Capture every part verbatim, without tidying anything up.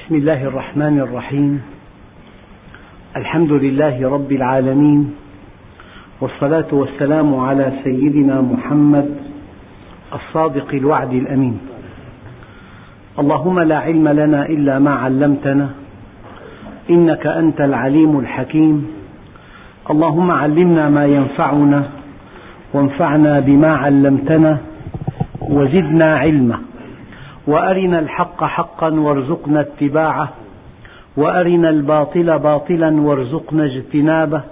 بسم الله الرحمن الرحيم. الحمد لله رب العالمين، والصلاة والسلام على سيدنا محمد الصادق الوعد الأمين. اللهم لا علم لنا إلا ما علمتنا، إنك أنت العليم الحكيم. اللهم علمنا ما ينفعنا، وانفعنا بما علمتنا، وزدنا علما، وأرنا الحق حقا وارزقنا اتباعه، وأرنا الباطل باطلا وارزقنا اجتنابه،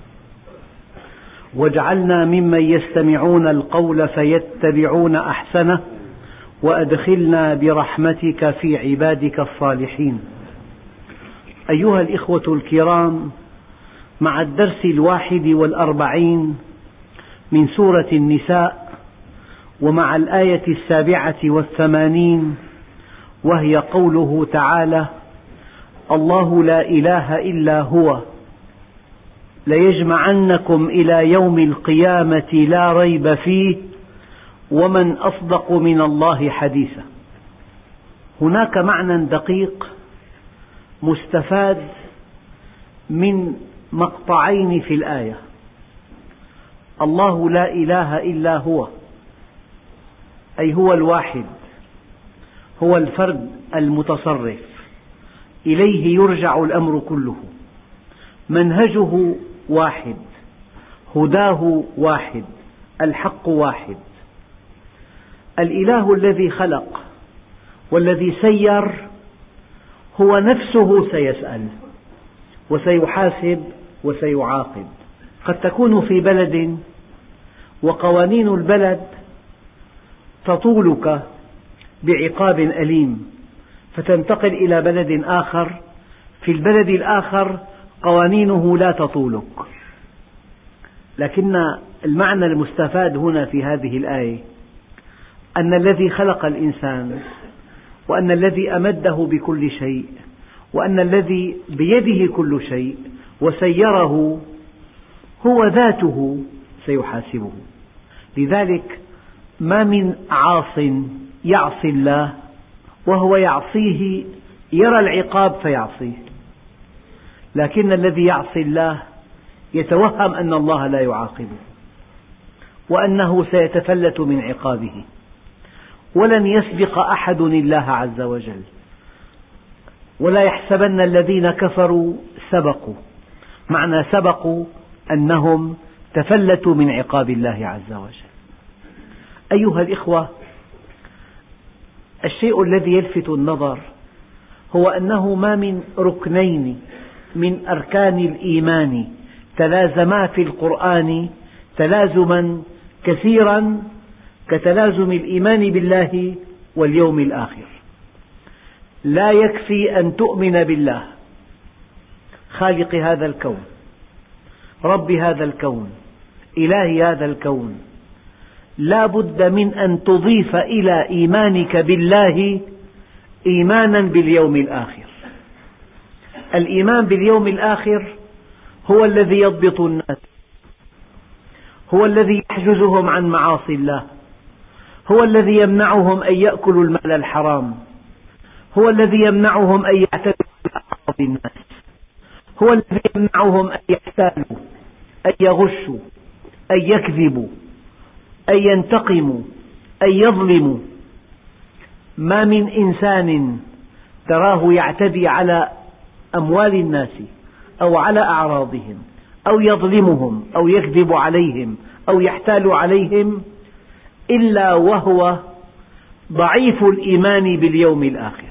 واجعلنا ممن يستمعون القول فيتبعون أحسنه، وأدخلنا برحمتك في عبادك الصالحين. أيها الإخوة الكرام، مع الدرس الواحد والأربعين من سورة النساء، ومع الآية السابعة والثمانين، وهي قوله تعالى: الله لا إله إلا هو ليجمعنكم إلى يوم القيامة لا ريب فيه ومن أصدق من الله حديثا. هناك معنى دقيق مستفاد من مقطعين في الآية: الله لا إله إلا هو، أي هو الواحد، هو الفرد المتصرف، إليه يرجع الأمر كله، منهجه واحد، هداه واحد، الحق واحد. الإله الذي خلق والذي سير هو نفسه سيسأل وسيحاسب وسيعاقب. قد تكون في بلد وقوانين البلد تطولك بعقاب أليم، فتنتقل إلى بلد آخر، في البلد الآخر قوانينه لا تطولك. لكن المعنى المستفاد هنا في هذه الآية أن الذي خلق الإنسان، وأن الذي أمده بكل شيء، وأن الذي بيده كل شيء وسيره هو ذاته سيحاسبه. لذلك ما من عاص يعصي الله وهو يعصيه يرى العقاب فيعصيه، لكن الذي يعصي الله يتوهم أن الله لا يعاقبه، وأنه سيتفلت من عقابه، ولن يسبق أحد الله عز وجل. ولا يحسبن الذين كفروا سبقوا، معنى سبقوا أنهم تفلتوا من عقاب الله عز وجل. أيها الإخوة، الشيء الذي يلفت النظر هو أنه ما من ركنين من أركان الإيمان تلازما في القرآن تلازما كثيرا كتلازم الإيمان بالله واليوم الآخر. لا يكفي أن تؤمن بالله خالق هذا الكون، رب هذا الكون، إله هذا الكون، لا بد من أن تضيف إلى إيمانك بالله إيمانا باليوم الآخر. الإيمان باليوم الآخر هو الذي يضبط الناس، هو الذي يحجزهم عن معاصي الله، هو الذي يمنعهم أن يأكلوا المال الحرام، هو الذي يمنعهم أن يعتدوا على أعراض الناس، هو الذي يمنعهم أن يحتالوا، أن يغشوا، أن يكذبوا، أن ينتقموا، أن يظلموا. ما من إنسان تراه يعتدي على أموال الناس أو على أعراضهم أو يظلمهم أو يكذب عليهم أو يحتال عليهم إلا وهو ضعيف الإيمان باليوم الآخر.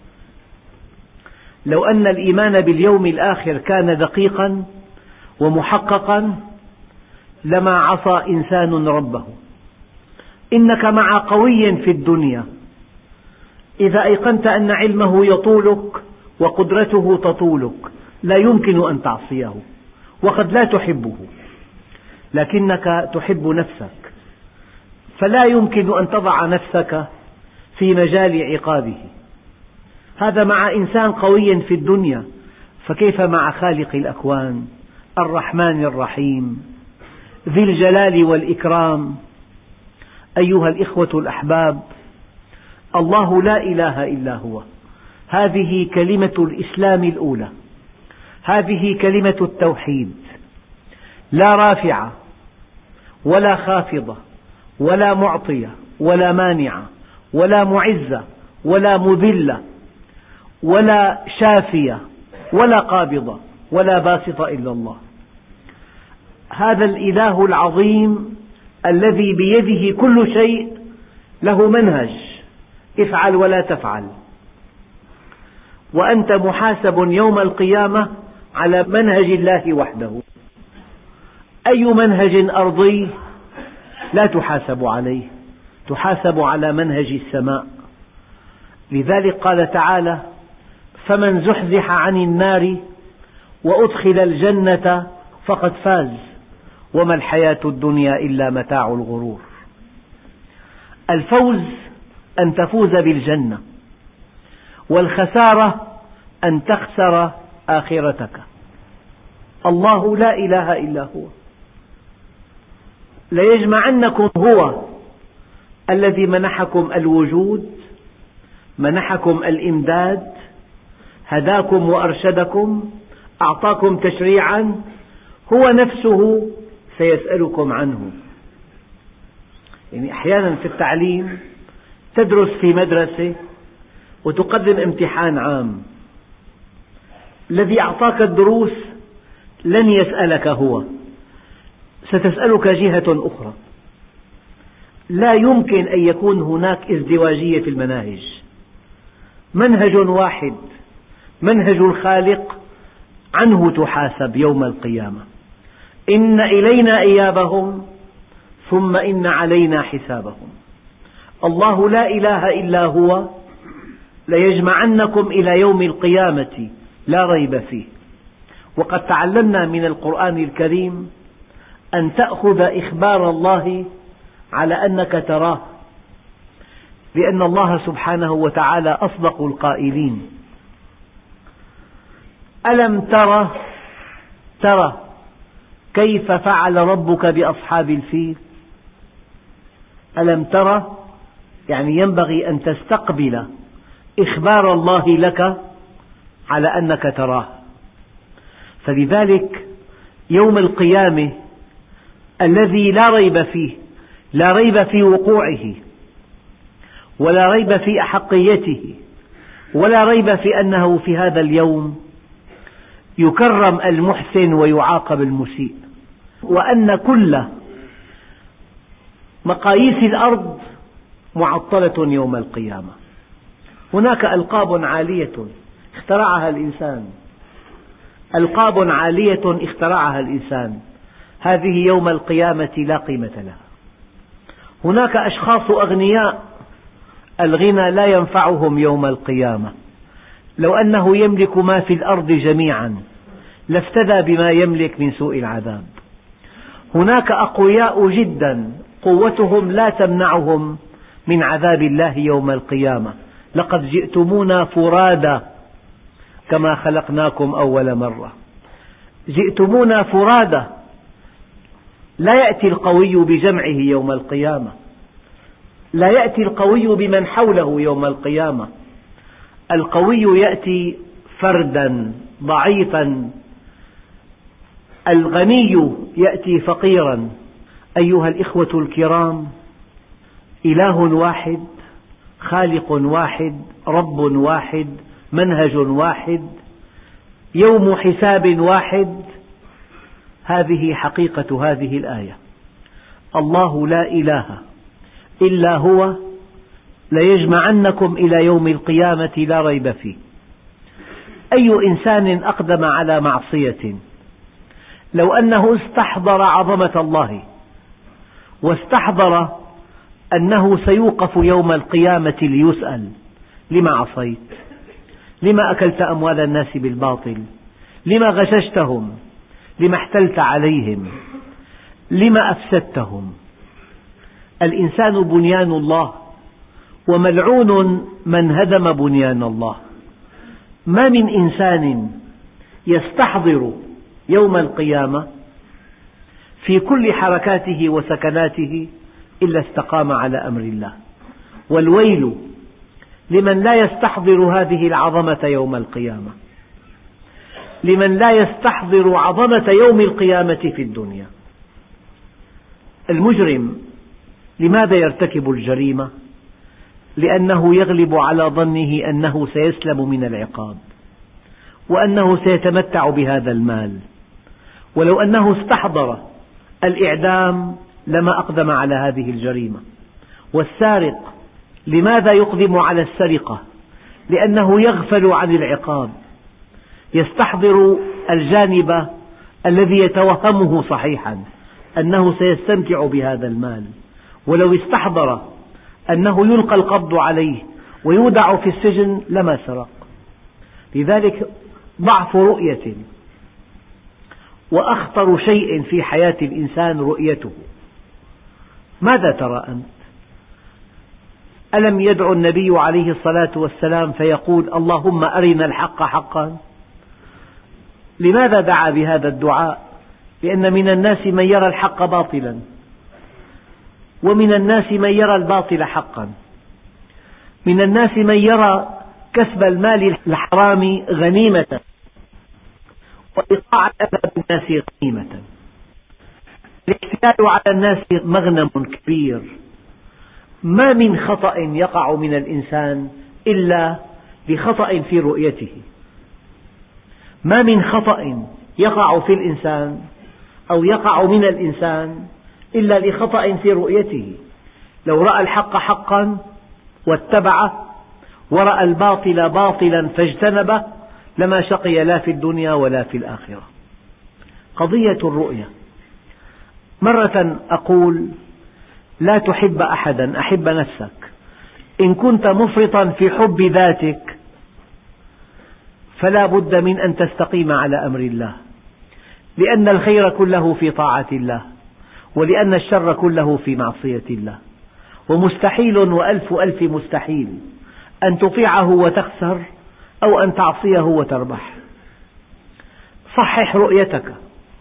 لو أن الإيمان باليوم الآخر كان دقيقا ومحققا لما عصى إنسان ربه. إنك مع قوي في الدنيا إذا أيقنت أن علمه يطولك وقدرته تطولك لا يمكن أن تعصيه، وقد لا تحبه، لكنك تحب نفسك، فلا يمكن أن تضع نفسك في مجال عقابه. هذا مع إنسان قوي في الدنيا، فكيف مع خالق الأكوان الرحمن الرحيم ذي الجلال والإكرام؟ أيها الإخوة الأحباب، الله لا إله إلا هو، هذه كلمة الإسلام الأولى، هذه كلمة التوحيد، لا رافعة ولا خافضة ولا معطية ولا مانعة ولا معزة ولا مذلة ولا شافية ولا قابضة ولا باسطة إلا الله. هذا الإله العظيم الذي بيده كل شيء له منهج، افعل ولا تفعل، وأنت محاسب يوم القيامة على منهج الله وحده. أي منهج أرضي لا تحاسب عليه، تحاسب على منهج السماء. لذلك قال تعالى: فمن زحزح عن النار وأدخل الجنة فقد فاز وما الحياة الدنيا إلا متاع الغرور. الفوز أن تفوز بالجنة، والخسارة أن تخسر آخرتك. الله لا إله إلا هو، ليجمعنكم هو الذي منحكم الوجود، منحكم الإمداد، هداكم وأرشدكم، أعطاكم تشريعا، هو نفسه سيسألكم عنه. يعني أحيانا في التعليم تدرس في مدرسة وتقدم امتحان عام، الذي أعطاك الدروس لن يسألك هو، ستسألك جهة أخرى. لا يمكن أن يكون هناك ازدواجية في المناهج، منهج واحد، منهج الخالق، عنه تحاسب يوم القيامة. إن إلينا إيابهم ثم إن علينا حسابهم. الله لا إله إلا هو، ليجمعنكم إلى يوم القيامة لا ريب فيه. وقد تعلمنا من القرآن الكريم أن تأخذ إخبار الله على أنك تراه، لأن الله سبحانه وتعالى أصدق القائلين. ألم تر ترى كيف فعل ربك بأصحاب الفيل؟ ألم ترى يعني ينبغي أن تستقبل إخبار الله لك على أنك تراه. فلذلك يوم القيامة الذي لا ريب فيه، لا ريب في وقوعه، ولا ريب في أحقيته، ولا ريب في أنه في هذا اليوم يكرم المحسن ويعاقب المسيء، وأن كل مقاييس الأرض معطلة يوم القيامة. هناك ألقاب عالية اخترعها الإنسان، ألقاب عالية اخترعها الإنسان، هذه يوم القيامة لا قيمة لها. هناك أشخاص أغنياء الغنى لا ينفعهم يوم القيامة، لو أنه يملك ما في الأرض جميعا لافتدى بما يملك من سوء العذاب. هناك أقوياء جدا قوتهم لا تمنعهم من عذاب الله يوم القيامة. لقد جئتمونا فرادا كما خلقناكم أول مرة. جئتمونا فرادا، لا يأتي القوي بجمعه يوم القيامة، لا يأتي القوي بمن حوله يوم القيامة. القوي يأتي فردا ضعيفا، الغني يأتي فقيرا. أيها الإخوة الكرام، إله واحد، خالق واحد، رب واحد، منهج واحد، يوم حساب واحد. هذه حقيقة هذه الآية. الله لا إله إلا هو، ليجمعنكم إلى يوم القيامة لا ريب فيه. أي إنسان أقدم على معصية لو أنه استحضر عظمة الله واستحضر أنه سيوقف يوم القيامة ليسأل: لما عصيت؟ لما أكلت أموال الناس بالباطل؟ لما غششتهم؟ لما احتلت عليهم؟ لما أفسدتهم؟ الإنسان بنيان الله، وملعون من هدم بنيان الله. ما من إنسان يستحضر يوم القيامة في كل حركاته وسكناته إلا استقام على أمر الله. والويل لمن لا يستحضر هذه العظمة يوم القيامة، لمن لا يستحضر عظمة يوم القيامة في الدنيا. المجرم لماذا يرتكب الجريمة؟ لأنه يغلب على ظنه أنه سيسلم من العقاب، وأنه سيتمتع بهذا المال، ولو أنه استحضر الإعدام لما أقدم على هذه الجريمة. والسارق لماذا يقدم على السرقة؟ لأنه يغفل عن العقاب، يستحضر الجانب الذي يتوهمه صحيحا أنه سيستمتع بهذا المال، ولو استحضر أنه يلقى القبض عليه ويودع في السجن لما سرق. لذلك ضعف رؤية، وأخطر شيء في حياة الإنسان رؤيته. ماذا ترى أنت؟ ألم يدعو النبي عليه الصلاة والسلام فيقول اللهم أرنا الحق حقا؟ لماذا دعا بهذا الدعاء؟ لأن من الناس من يرى الحق باطلا، ومن الناس من يرى الباطل حقا، من الناس من يرى كسب المال الحرام غنيمة، وإيقاع الأذى بالناس غنيمة. الاحتيال على الناس مغنم كبير. ما من خطأ يقع من الإنسان إلا لخطأ في رؤيته، ما من خطأ يقع في الإنسان أو يقع من الإنسان إلا لخطأ في رؤيته. لو رأى الحق حقا واتبعه، ورأى الباطل باطلا فاجتنبه، لما شقي لا في الدنيا ولا في الآخرة. قضية الرؤية. مرة أقول لا تحب أحدا، أحب نفسك. إن كنت مفرطا في حب ذاتك فلا بد من أن تستقيم على أمر الله، لأن الخير كله في طاعة الله، ولأن الشر كله في معصية الله. ومستحيل وألف ألف مستحيل أن تطيعه وتخسر، أو أن تعصيه وتربح. صحح رؤيتك.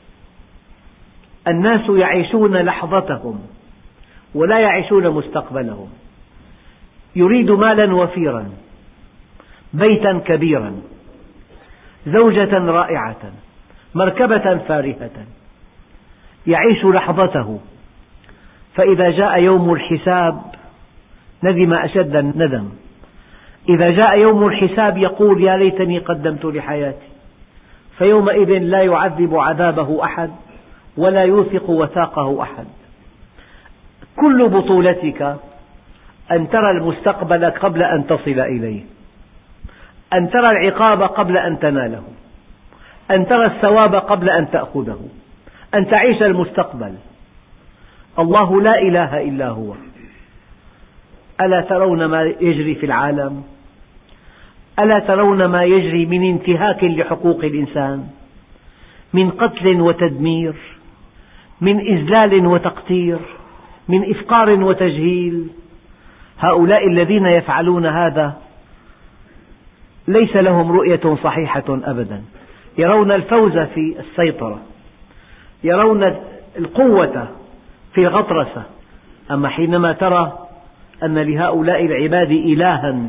الناس يعيشون لحظتهم ولا يعيشون مستقبلهم. يريد مالا وفيرا، بيتا كبيرا، زوجة رائعة، مركبة فارهة، يعيش لحظته، فإذا جاء يوم الحساب ندم أشد الندم. إذا جاء يوم الحساب يقول يا ليتني قدمت لحياتي، فيومئذ لا يعذب عذابه أحد ولا يوثق وثاقه أحد. كل بطولتك أن ترى المستقبل قبل أن تصل إليه، أن ترى العقاب قبل أن تناله، أن ترى الثواب قبل أن تأخذه، أن تعيش المستقبل. الله لا إله إلا هو. ألا ترون ما يجري في العالم؟ ألا ترون ما يجري من انتهاك لحقوق الإنسان، من قتل وتدمير، من إذلال وتقتير، من إفقار وتجهيل؟ هؤلاء الذين يفعلون هذا ليس لهم رؤية صحيحة أبدا. يرون الفوز في السيطرة، يرون القوة في الغطرسة. أما حينما ترى أن لهؤلاء العباد إلها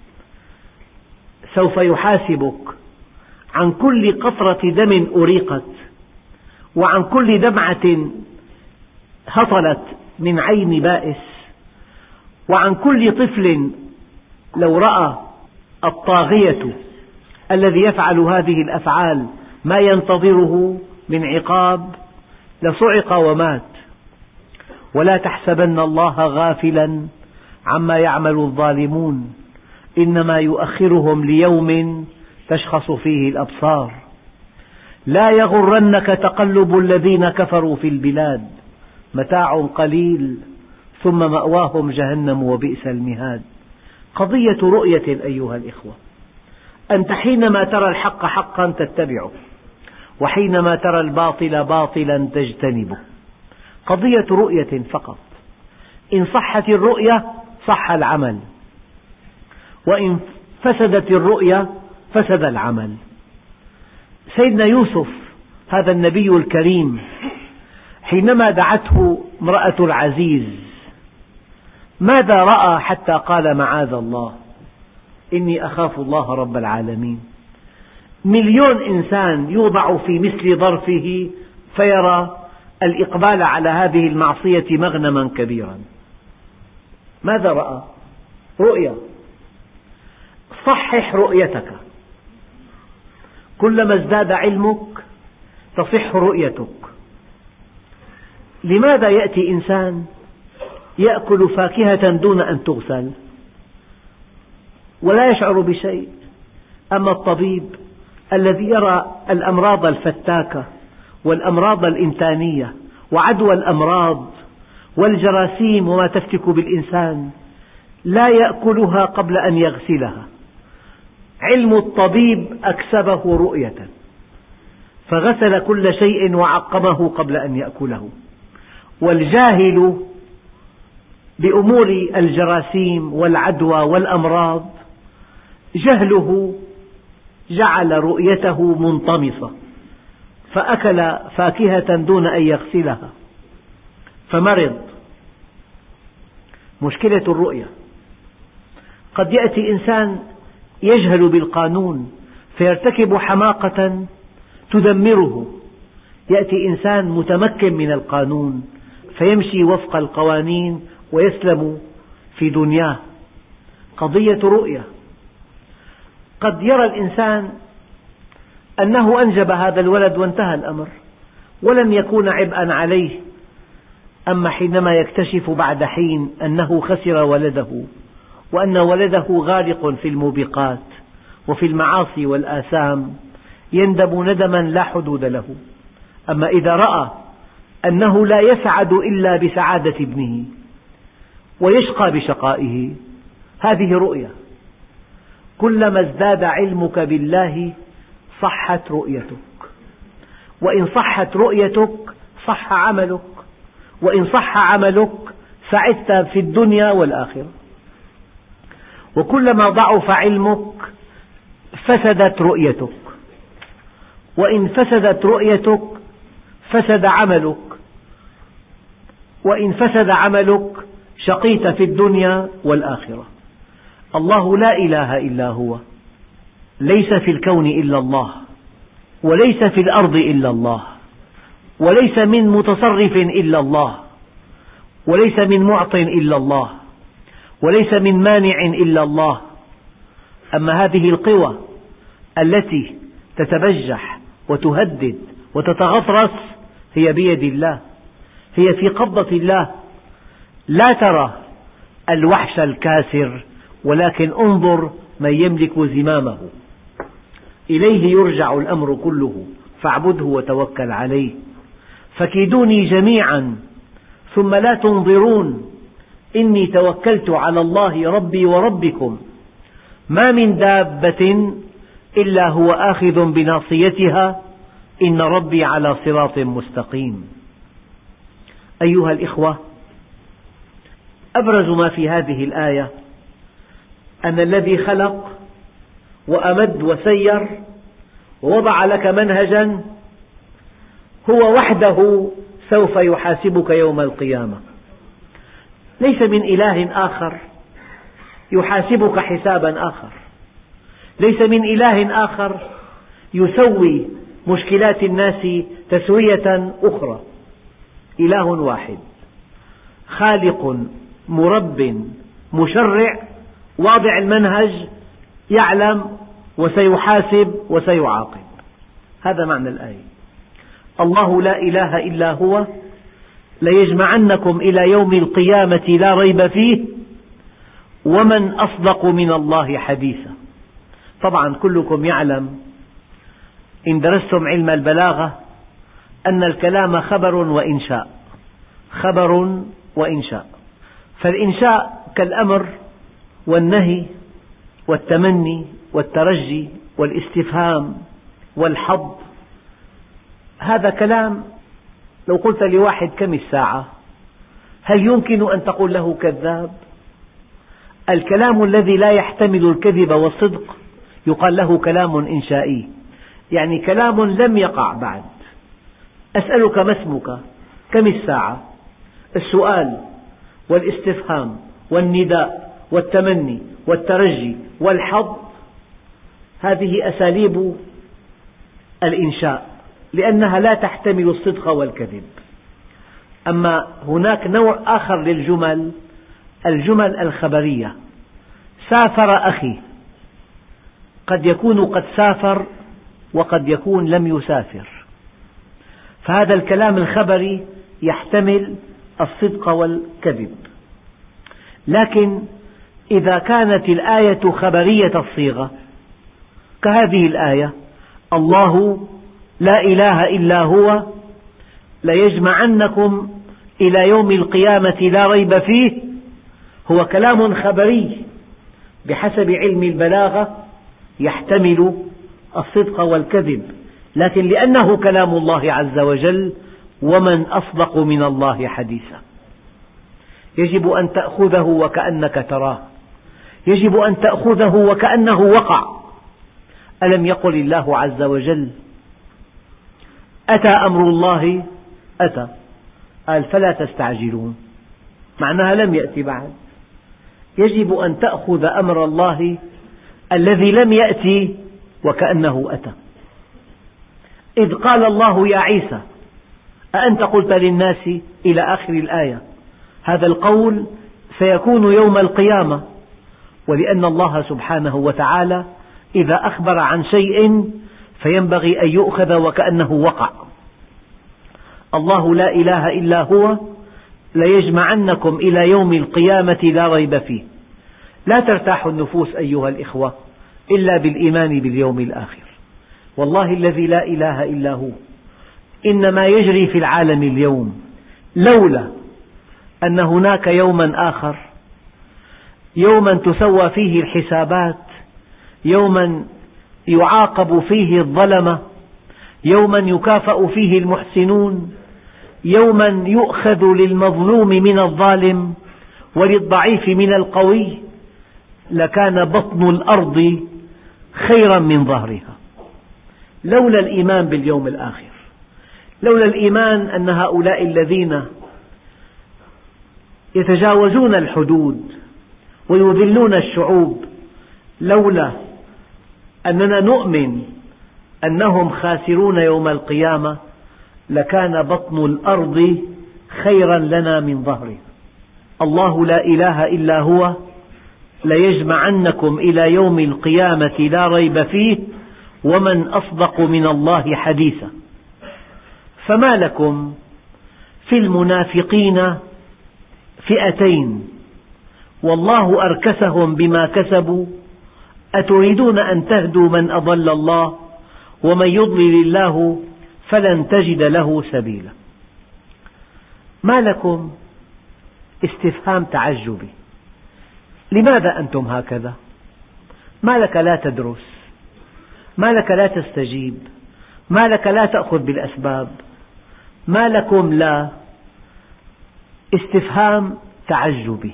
سوف يحاسبك عن كل قطرة دم أريقت، وعن كل دمعة هطلت من عين بائس، وعن كل طفل لو رأى الطاغية الذي يفعل هذه الأفعال ما ينتظره من عقاب لصعق ومات. ولا تحسبن الله غافلا عما يعمل الظالمون، إنما يؤخرهم ليوم تشخص فيه الأبصار. لا يغرنك تقلب الذين كفروا في البلاد، متاع قليل ثم مأواهم جهنم وبئس المهاد. قضية رؤية أيها الإخوة. أنت حينما ترى الحق حقا تتبعه، وحينما ترى الباطل باطلا تجتنبه. قضية رؤية فقط. إن صحت الرؤية صح العمل، وإن فسدت الرؤية فسد العمل. سيدنا يوسف هذا النبي الكريم حينما دعته امرأة العزيز ماذا رأى حتى قال معاذ الله؟ إني أخاف الله رب العالمين. مليون إنسان يوضع في مثل ظرفه فيرى الإقبال على هذه المعصية مغنما كبيرا. ماذا رأى؟ رؤيا. صحح رؤيتك، كلما ازداد علمك تصح رؤيتك. لماذا يأتي إنسان يأكل فاكهة دون أن تغسل ولا يشعر بشيء، أما الطبيب الذي يرى الأمراض الفتاكة والأمراض الإنسانية وعدوى الأمراض والجراثيم وما تفتك بالإنسان لا يأكلها قبل أن يغسلها. علم الطبيب أكسبه رؤية فغسل كل شيء وعقمه قبل أن يأكله. والجاهل بأمور الجراثيم والعدوى والأمراض جهله جعل رؤيته منطمسة فأكل فاكهة دون أن يغسلها فمرض. مشكلة الرؤية. قد يأتي إنسان يجهل بالقانون فيرتكب حماقة تدمره، يأتي إنسان متمكن من القانون فيمشي وفق القوانين ويسلم في دنياه. قضية رؤية. قد يرى الإنسان أنه أنجب هذا الولد وانتهى الأمر ولم يكون عبئا عليه، أما حينما يكتشف بعد حين أنه خسر ولده وأن ولده غارق في الموبقات وفي المعاصي والآثام يندم ندما لا حدود له. أما إذا رأى أنه لا يسعد إلا بسعادة ابنه ويشقى بشقائه، هذه رؤية. كلما ازداد علمك بالله صحت رؤيتك، وإن صحت رؤيتك صح عملك، وإن صح عملك سعدت في الدنيا والآخرة. وكلما ضعف علمك فسدت رؤيتك، وإن فسدت رؤيتك فسد عملك، وإن فسد عملك شقيت في الدنيا والآخرة. الله لا إله إلا هو، ليس في الكون إلا الله، وليس في الأرض إلا الله، وليس من متصرف إلا الله، وليس من معط إلا الله، وليس من مانع إلا الله. أما هذه القوى التي تتبجح وتهدد وتتغطرس هي بيد الله، هي في قبضة الله. لا ترى الوحش الكاسر، ولكن انظر من يملك زمامه. إليه يرجع الأمر كله فاعبده وتوكل عليه. فكيدوني جميعا ثم لا تنظرون إني توكلت على الله ربي وربكم ما من دابة إلا هو آخذ بناصيتها إن ربي على صراط مستقيم. أيها الإخوة، أبرز ما في هذه الآية أن الذي خلق وأمد وسير ووضع لك منهجا هو وحده سوف يحاسبك يوم القيامة. ليس من إله آخر يحاسبك حسابا آخر، ليس من إله آخر يسوي مشكلات الناس تسوية أخرى. إله واحد خالق مرب مشرع واضع المنهج، يعلم وسيحاسب وسيعاقب. هذا معنى الآية. الله لا إله إلا هو ليجمعنكم إلى يوم القيامة لا ريب فيه ومن أصدق من الله حديثا. طبعا كلكم يعلم إن درستم علم البلاغة أن الكلام خبر وإنشاء، خبر وإنشاء. فالإنشاء كالأمر والنهي والتمني والترجي والاستفهام والحض. هذا كلام لو قلت لواحد كم الساعة هل يمكن أن تقول له كذاب؟ الكلام الذي لا يحتمل الكذب والصدق يقال له كلام إنشائي، يعني كلام لم يقع بعد. أسألك ما اسمك؟ كم الساعة؟ السؤال والاستفهام والنداء والتمني والترجي والحظ، هذه أساليب الإنشاء لأنها لا تحتمل الصدق والكذب. أما هناك نوع آخر للجمل، الجمل الخبرية. سافر أخي، قد يكون قد سافر وقد يكون لم يسافر، فهذا الكلام الخبري يحتمل الصدق والكذب. لكن إذا كانت الآية خبرية الصيغة كهذه الآية: الله لا إله إلا هو ليجمعنكم إلى يوم القيامة لا ريب فيه، هو كلام خبري بحسب علم البلاغة يحتمل الصدق والكذب، لكن لأنه كلام الله عز وجل ومن أصدق من الله حديثا، يجب أن تأخذه وكأنك تراه، يجب أن تأخذه وكأنه وقع. ألم يقل الله عز وجل: أتى أمر الله؟ أتى، قال فلا تستعجلون، معناها لم يأتي بعد. يجب أن تأخذ أمر الله الذي لم يأتي وكأنه أتى. إذ قال الله يا عيسى أأنت قلت للناس إلى آخر الآية، هذا القول سيكون يوم القيامة، ولأن الله سبحانه وتعالى إذا أخبر عن شيء فينبغي أن يؤخذ وكأنه وقع. الله لا إله إلا هو ليجمعنكم إلى يوم القيامة لا ريب فيه. لا ترتاح النفوس أيها الإخوة إلا بالإيمان باليوم الآخر. والله الذي لا إله إلا هو، إن ما يجري في العالم اليوم لولا أن هناك يوما آخر، يوما تسوى فيه الحسابات، يوما يعاقب فيه الظلمة، يوما يكافأ فيه المحسنون، يوما يؤخذ للمظلوم من الظالم وللضعيف من القوي، لكان بطن الأرض خيرا من ظهرها. لولا الإيمان باليوم الآخر، لولا الإيمان أن هؤلاء الذين يتجاوزون الحدود ويذلون الشعوب، لولا أننا نؤمن أنهم خاسرون يوم القيامة، لكان بطن الأرض خيرا لنا من ظهرها. الله لا إله إلا هو ليجمعنكم إلى يوم القيامة لا ريب فيه ومن أصدق من الله حديثا. فما لكم في المنافقين فئتين والله أركسهم بما كسبوا أتريدون أن تهدوا من أضل الله ومن يضلل الله فلن تجد له سبيلا. ما لكم استفهام تعجبي، لماذا أنتم هكذا؟ ما لك لا تدرس؟ ما لك لا تستجيب؟ ما لك لا تأخذ بالأسباب؟ ما لكم لا؟ استفهام تعجبي.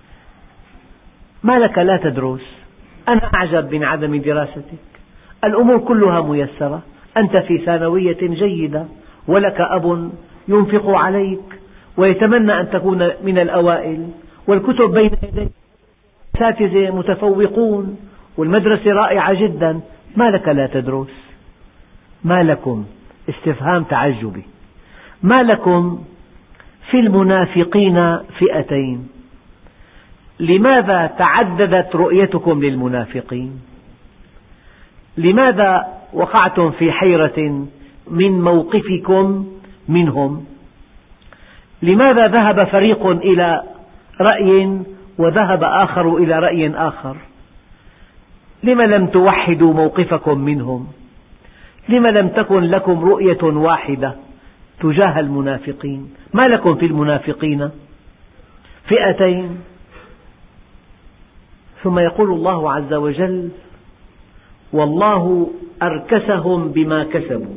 ما لك لا تدرس؟ أنا أعجب من عدم دراستك، الأمور كلها ميسرة، أنت في ثانوية جيدة ولك أب ينفق عليك ويتمنى أن تكون من الأوائل، والكتب بين يديك، أساتذة متفوقون، والمدرسة رائعة جدا، ما لك لا تدرس؟ ما لكم استفهام تعجبي. ما لكم في المنافقين فئتين، لماذا تعددت رؤيتكم للمنافقين؟ لماذا وقعتم في حيرة من موقفكم منهم؟ لماذا ذهب فريق إلى رأي وذهب آخر إلى رأي آخر؟ لم لم توحدوا موقفكم منهم؟ لم لم تكن لكم رؤية واحدة تجاه المنافقين؟ ما لكم في المنافقين فئتين؟ ثم يقول الله عز وجل: والله أركسهم بما كسبوا.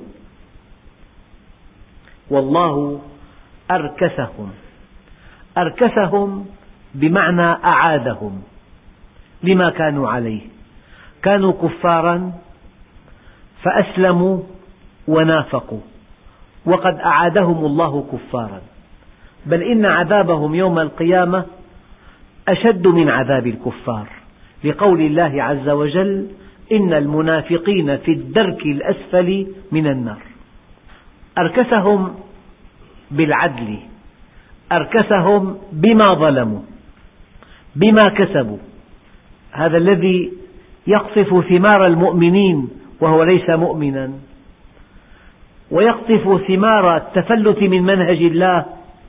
والله أركسهم، أركسهم بمعنى أعادهم لما كانوا عليه. كانوا كفارا فأسلموا ونافقوا، وقد أعادهم الله كفارا، بل إن عذابهم يوم القيامة أشد من عذاب الكفار، لقول الله عز وجل: إن المنافقين في الدرك الأسفل من النار. أركسهم بالعدل، أركسهم بما ظلموا، بما كسبوا. هذا الذي يقطف ثمار المؤمنين وهو ليس مؤمنا، ويقطف ثمار التفلت من منهج الله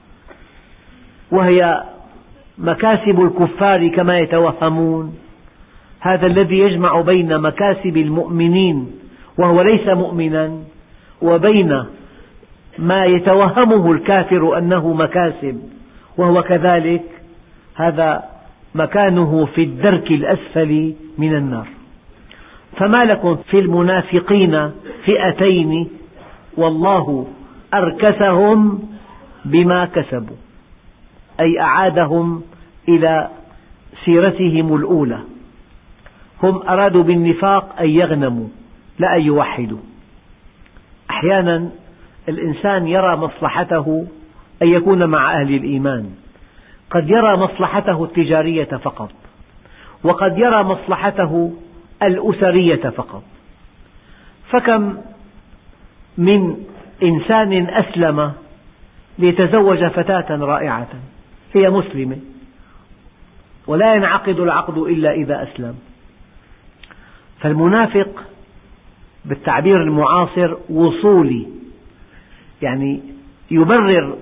وهي مكاسب الكفار كما يتوهمون. هذا الذي يجمع بين مكاسب المؤمنين وهو ليس مؤمنا وبين ما يتوهمه الكافر أنه مكاسب وهو كذلك، هذا مكانه في الدرك الأسفل من النار. فما لكم في المنافقين فئتين والله أركسهم بما كسبوا، أي أعادهم إلى سيرتهم الأولى. هم أرادوا بالنفاق أن يغنموا لا أن يوحدوا. أحيانا الإنسان يرى مصلحته أن يكون مع أهل الإيمان، قد يرى مصلحته التجارية فقط، وقد يرى مصلحته الأسرية فقط. فكم من إنسان أسلم ليتزوج فتاة رائعة هي مسلمة، ولا ينعقد العقد إلا إذا أسلم. فالمنافق بالتعبير المعاصر وصولي، يعني يبرر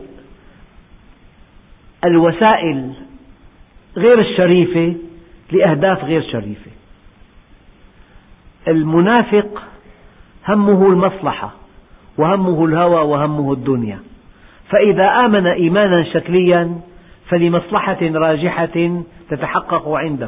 الوسائل غير الشريفة لأهداف غير شريفة. المنافق همه المصلحة وهمه الهوى وهمه الدنيا، فإذا آمن إيمانا شكليا فلمصلحة راجحة تتحقق عنده.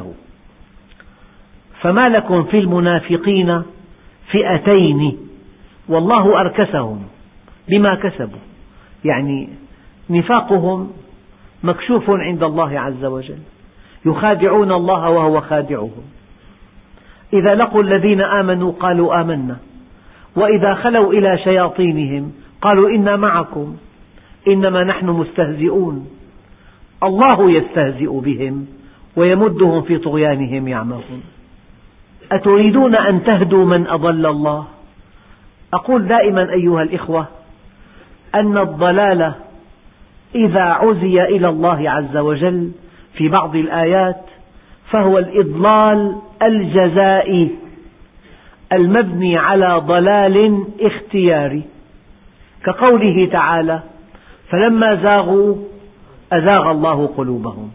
فما لكم في المنافقين فئتين والله أركسهم بما كسبوا، يعني نفاقهم مكشوف عند الله عز وجل، يخادعون الله وهو خادعهم. إذا لقوا الذين آمنوا قالوا آمنا، وإذا خلوا إلى شياطينهم قالوا إنا معكم إنما نحن مستهزئون. الله يستهزئ بهم ويمدهم في طغيانهم يعمهون. أتريدون أن تهدوا من أضل الله؟ أقول دائما أيها الإخوة أن الضلال إذا عزي إلى الله عز وجل في بعض الآيات فهو الإضلال الجزائي المبني على ضلال اختياري، كقوله تعالى: فلما زاغوا أزاغ الله قلوبهم.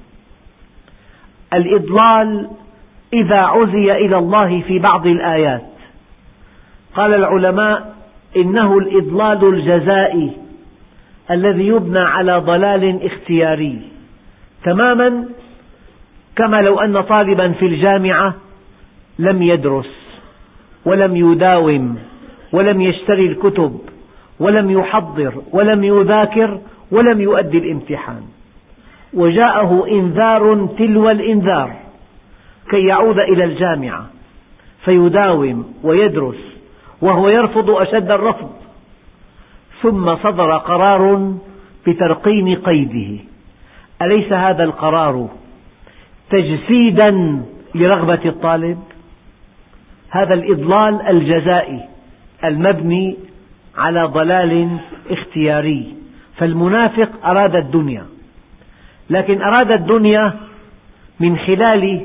الإضلال إذا عزي إلى الله في بعض الآيات قال العلماء إنه الإضلال الجزائي الذي يبنى على ضلال اختياري، تماما كما لو أن طالبا في الجامعة لم يدرس ولم يداوم ولم يشتري الكتب ولم يحضر ولم يذاكر ولم يؤدي الامتحان، وجاءه إنذار تلو الإنذار كي يعود إلى الجامعة فيداوم ويدرس وهو يرفض أشد الرفض، ثم صدر قرار بترقيم قيده. أليس هذا القرار تجسيدا لرغبة الطالب؟ هذا الإضلال الجزائي المبني على ضلال اختياري. فالمنافق أراد الدنيا، لكن أراد الدنيا من خلال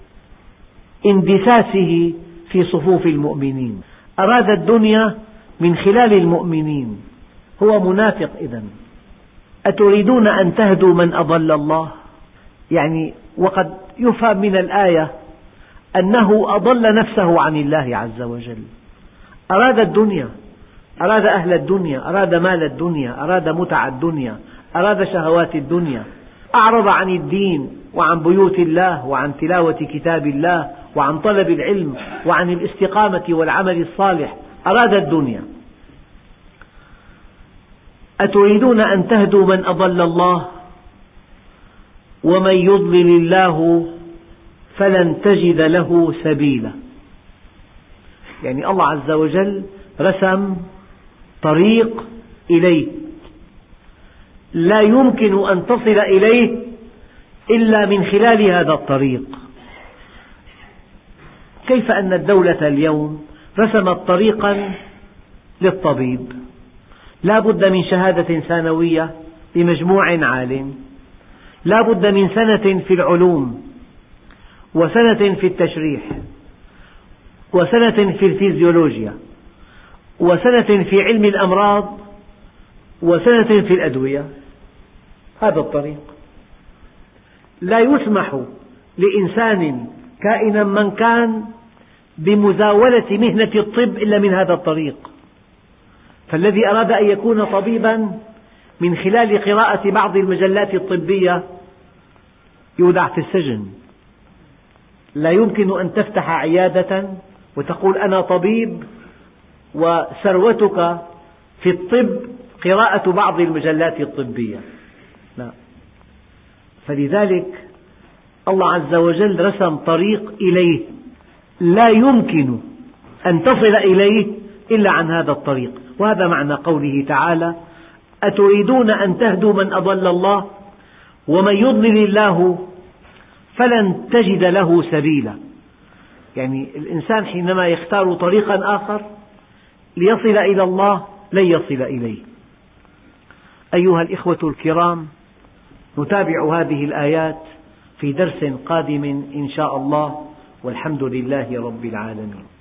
اندساسه في صفوف المؤمنين، أراد الدنيا من خلال المؤمنين، هو منافق إذن. أتريدون أن تهدوا من أضل الله؟ يعني وقد يفهم من الآية أنه أضل نفسه عن الله عز وجل، أراد الدنيا، أراد أهل الدنيا، أراد مال الدنيا، أراد متع الدنيا، أراد شهوات الدنيا، أعرض عن الدين وعن بيوت الله وعن تلاوة كتاب الله وعن طلب العلم وعن الاستقامة والعمل الصالح، أراد الدنيا. أتريدون أن تهدوا من أضل الله؟ ومن يضلل الله فلن تجد له سبيلا. يعني الله عز وجل رسم طريق إليه لا يمكن أن تصل إليه إلا من خلال هذا الطريق. كيف أن الدولة اليوم رسمت طريقا للطبيب، لا بد من شهادة ثانوية بمجموع عال، لا بد من سنة في العلوم، وسنة في التشريح، وسنة في الفيزيولوجيا، وسنة في علم الأمراض، وسنة في الأدوية. هذا الطريق. لا يسمح لإنسان كائنا من كان بمزاولة مهنة الطب إلا من هذا الطريق. فالذي أراد أن يكون طبيبا من خلال قراءة بعض المجلات الطبية يودع في السجن. لا يمكن أن تفتح عيادة وتقول أنا طبيب وثروتك في الطب قراءة بعض المجلات الطبية، لا. فلذلك الله عز وجل رسم طريق إليه لا يمكن أن تصل إليه إلا عن هذا الطريق. وهذا معنى قوله تعالى: أتريدون أن تهدوا من أضل الله ومن يضلل الله فلن تجد له سبيلا. يعني الإنسان حينما يختار طريقا آخر ليصل إلى الله لن يصل إليه. أيها الإخوة الكرام، نتابع هذه الآيات في درس قادم إن شاء الله، والحمد لله رب العالمين.